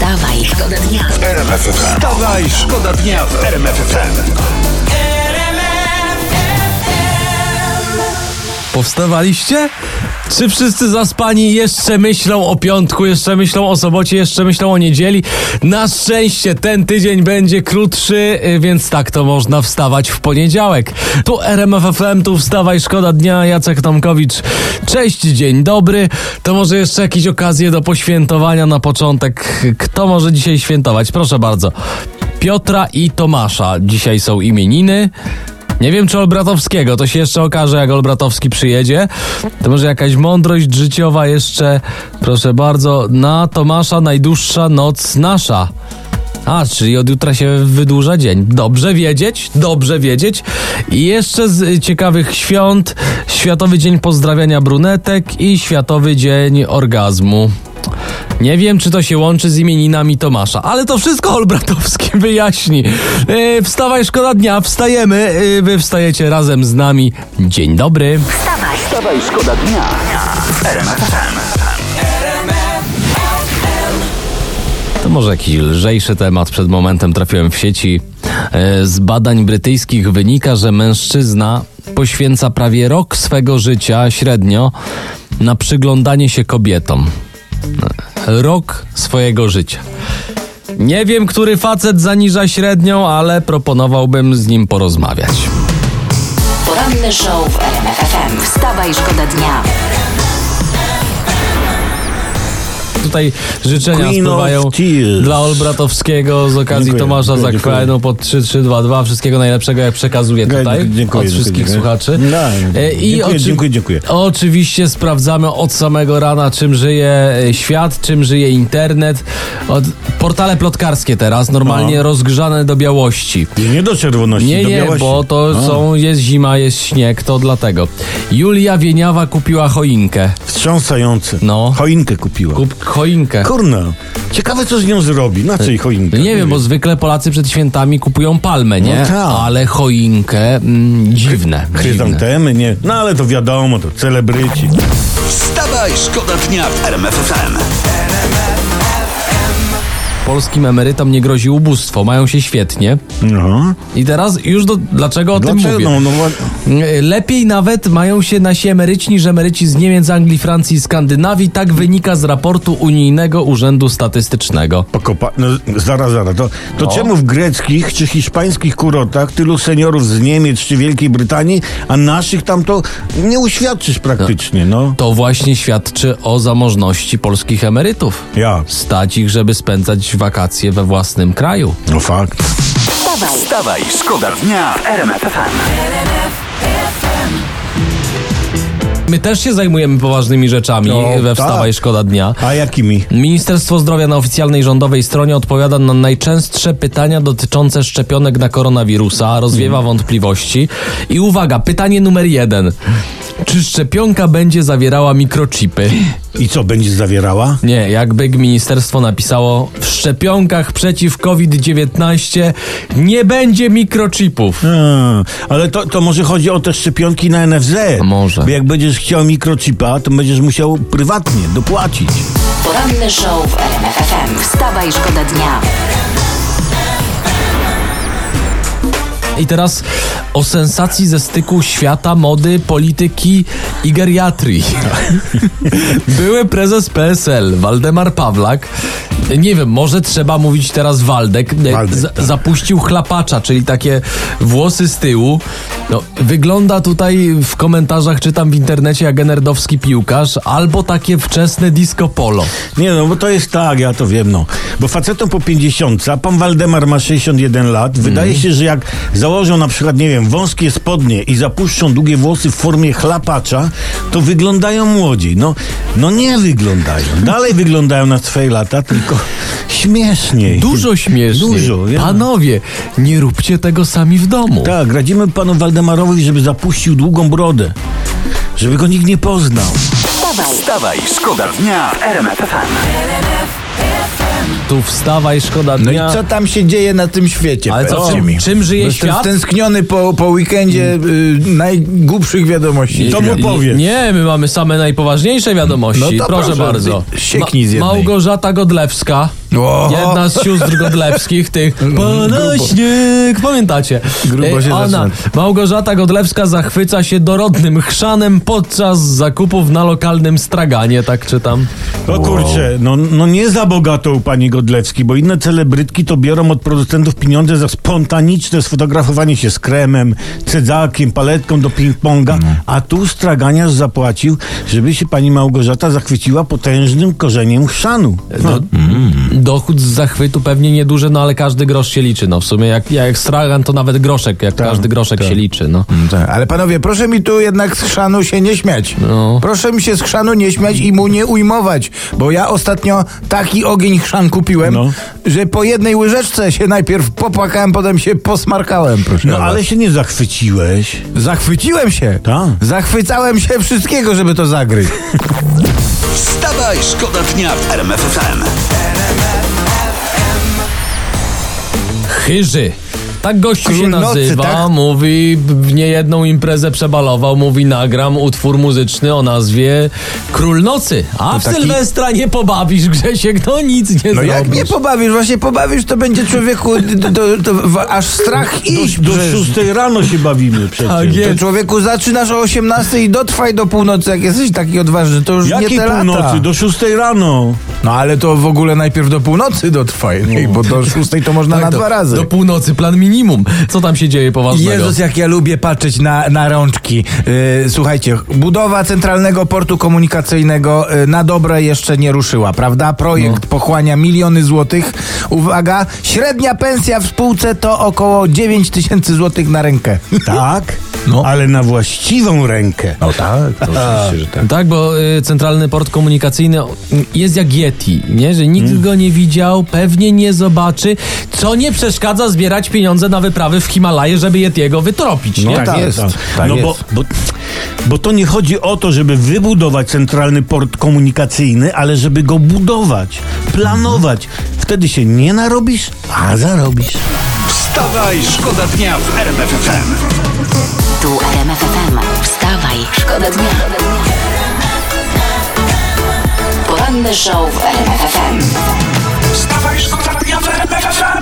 Wstawaj, szkoda dnia w RMF FM. Wstawaj, szkoda dnia w RMF FM. Powstawaliście? Czy wszyscy zaspani jeszcze myślą o piątku, jeszcze myślą o sobocie, jeszcze myślą o niedzieli? Na szczęście ten tydzień będzie krótszy, więc tak to można wstawać w poniedziałek. Tu RMF FM, tu Wstawaj, szkoda dnia, Jacek Tomkowicz. Cześć, dzień dobry. To może jeszcze jakieś okazje do poświętowania na początek. Kto może dzisiaj świętować? Proszę bardzo. Piotra i Tomasza. Dzisiaj są imieniny. Nie wiem, czy Olbratowskiego, to się jeszcze okaże, jak Olbratowski przyjedzie. To może jakaś mądrość życiowa jeszcze, proszę bardzo, na Tomasza najdłuższa noc nasza. Czyli od jutra się wydłuża dzień. Dobrze wiedzieć, dobrze wiedzieć. I jeszcze z ciekawych świąt, Światowy Dzień Pozdrawiania Brunetek i Światowy Dzień Orgazmu. Nie wiem, czy to się łączy z imieninami Tomasza, ale to wszystko Olbratowski wyjaśni. Wstawaj, szkoda dnia, wstajemy. Wy wstajecie razem z nami. Dzień dobry. Wstawaj, szkoda dnia w RMF FM. To może jakiś lżejszy temat. Przed momentem trafiłem w sieci. Z badań brytyjskich wynika, że mężczyzna poświęca prawie rok swego życia średnio na przyglądanie się kobietom. Rok swojego życia. Nie wiem, który facet zaniża średnią, ale proponowałbym z nim porozmawiać. Poranny show w RMF FM. Wstawaj, szkoda dnia. Tutaj życzenia spływają dla Olbratowskiego z okazji Tomasza Zakwajnu pod 3322. Wszystkiego najlepszego, jak przekazuję tutaj od wszystkich słuchaczy. Dziękuję. Oczywiście sprawdzamy od samego rana, czym żyje świat, czym żyje internet. Portale plotkarskie teraz, normalnie rozgrzane do białości. Nie do czerwoności, do białości. Bo to jest zima, jest śnieg, to dlatego. Julia Wieniawa kupiła choinkę. Wstrząsające. No. Choinkę kupiła. Choinkę. Kurna, ciekawe co z nią zrobi. Na co jej choinkę? Nie wiem, bo zwykle Polacy przed świętami kupują palmę, nie? No tak. Ale choinkę, dziwne. Chryzantemy, nie. No ale to wiadomo, to celebryci. Wstawaj, szkoda dnia w RMF FM. Polskim emerytom nie grozi ubóstwo, mają się świetnie. No. I teraz już dlaczego o tym mówię? Lepiej nawet mają się nasi emeryci niż emeryci z Niemiec, Anglii, Francji i Skandynawii. Tak wynika z raportu Unijnego Urzędu Statystycznego. Zaraz. To czemu w greckich czy hiszpańskich kurortach tylu seniorów z Niemiec czy Wielkiej Brytanii, a naszych tam to nie uświadczysz praktycznie, no. To właśnie świadczy o zamożności polskich emerytów. Jak? Stać ich, żeby spędzać wakacje we własnym kraju. No fakt. Wstawaj, szkoda dnia w RMF FM. My też się zajmujemy poważnymi rzeczami we Wstawaj, szkoda dnia. A jakimi? Ministerstwo Zdrowia na oficjalnej rządowej stronie odpowiada na najczęstsze pytania dotyczące szczepionek na koronawirusa, rozwiewa wątpliwości. I uwaga, pytanie numer 1. Czy szczepionka będzie zawierała mikrochipy? I co, będzie zawierała? Nie, jakby ministerstwo napisało: w szczepionkach przeciw COVID-19 nie będzie mikrochipów. Ale to może chodzi o te szczepionki na NFZ. Może. Bo jak będziesz chciał mikrochipa, to będziesz musiał prywatnie dopłacić. Poranny show w RMF FM. Wstawaj, szkoda dnia. I teraz o sensacji ze styku świata, mody, polityki i geriatrii. Były prezes PSL, Waldemar Pawlak, nie wiem, może trzeba mówić teraz Waldek, tak. Zapuścił chlapacza, czyli takie włosy z tyłu. No, wygląda tutaj w komentarzach, czytam w internecie, jak nerdowski piłkarz, albo takie wczesne disco polo. Nie no, bo to jest tak, ja to wiem, no. Bo facetom po 50, a pan Waldemar ma 61 lat, wydaje się, że jak założą na przykład, nie wiem, wąskie spodnie i zapuszczą długie włosy w formie chlapacza, to wyglądają młodziej. No nie wyglądają. Dalej wyglądają na swoje lata, tylko śmieszniej. Dużo śmieszniej. Dużo, ja. Panowie, nie róbcie tego sami w domu. Tak, radzimy panu Waldemarowi, żeby zapuścił długą brodę. Żeby go nikt nie poznał. Wstawaj, szkoda dnia w RMF FM. Tu wstawaj, szkoda dnia. No i co tam się dzieje na tym świecie? Ale co, Powiedzcie mi. czym żyje Jestem świat? stęskniony po weekendzie najgłupszych wiadomości. To mu powiedz. Nie, my mamy same najpoważniejsze wiadomości. No to proszę bardzo. sieknij z jednej. Małgorzata Godlewska Jedna z sióstr Godlewskich, tych Palaśniek, pamiętacie? Grubo się zaczyna. Małgorzata Godlewska zachwyca się dorodnym chrzanem podczas zakupów na lokalnym straganie, tak czytam. O kurczę, no nie za bogato u pani Godlewski, bo inne celebrytki to biorą od producentów pieniądze za spontaniczne sfotografowanie się z kremem, cedzakiem, paletką do ping-ponga, a tu straganiarz zapłacił, żeby się pani Małgorzata zachwyciła potężnym korzeniem chrzanu. Dochód z zachwytu pewnie nieduży, no ale każdy grosz się liczy, no w sumie jak stragan to nawet groszek, każdy groszek się liczy, no. Tak, ale panowie, proszę mi tu jednak z chrzanu się nie śmiać. No. Proszę mi się z chrzanu nie śmiać i mu nie ujmować, bo ja ostatnio taki ogień chrzan kupiłem, że po jednej łyżeczce się najpierw popłakałem, potem się posmarkałem, proszę No was. ale się nie zachwyciłeś. Zachwyciłem się. Tak. Zachwycałem się wszystkiego, żeby to zagryźć. Wstawaj, szkoda dnia w RMF FM. Chyży. Tak gościu się Królnocy, nazywa, tak? mówi, w niejedną imprezę przebalował, mówi, nagram utwór muzyczny o nazwie Król Nocy. A w taki- Sylwestra nie pobawisz, Grzesiek, no nic nie No zrobisz. jak nie pobawisz, właśnie pobawisz, to będzie człowieku aż strach iść. Do przecież. 6 rano się bawimy przecież. Tak jest. To człowieku zaczynasz o 18 i dotrwaj do północy, jak jesteś taki odważny, to już nie Jakiej te lata. północy? Do 6 rano. No ale to w ogóle najpierw do północy dotrwaj, bo do 6 to można Tak, na 2 razy. Do północy plan minimum. Co tam się dzieje poważnego? Jezus, jak ja lubię patrzeć na rączki. Słuchajcie, budowa centralnego portu komunikacyjnego na dobre jeszcze nie ruszyła, prawda? Projekt pochłania miliony złotych. Uwaga, średnia pensja w spółce to około 9 000 złotych na rękę. Tak, No. ale na właściwą rękę. No tak, to oczywiście, że tak. Tak, bo centralny port komunikacyjny jest jak Yeti, nie? Że nikt go nie widział, pewnie nie zobaczy, co nie przeszkadza zbierać pieniądze na wyprawy w Himalaje, żeby Yetiego wytropić, nie? tak jest. Tak no jest. bo to nie chodzi o to, żeby wybudować centralny port komunikacyjny, ale żeby go budować, planować. Wtedy się nie narobisz, a zarobisz. Wstawaj, szkoda dnia w RMF FM. Tu RMF FM. Wstawaj, szkoda dnia. Poranny show w RMF FM. Wstawaj, szkoda dnia w RMF FM.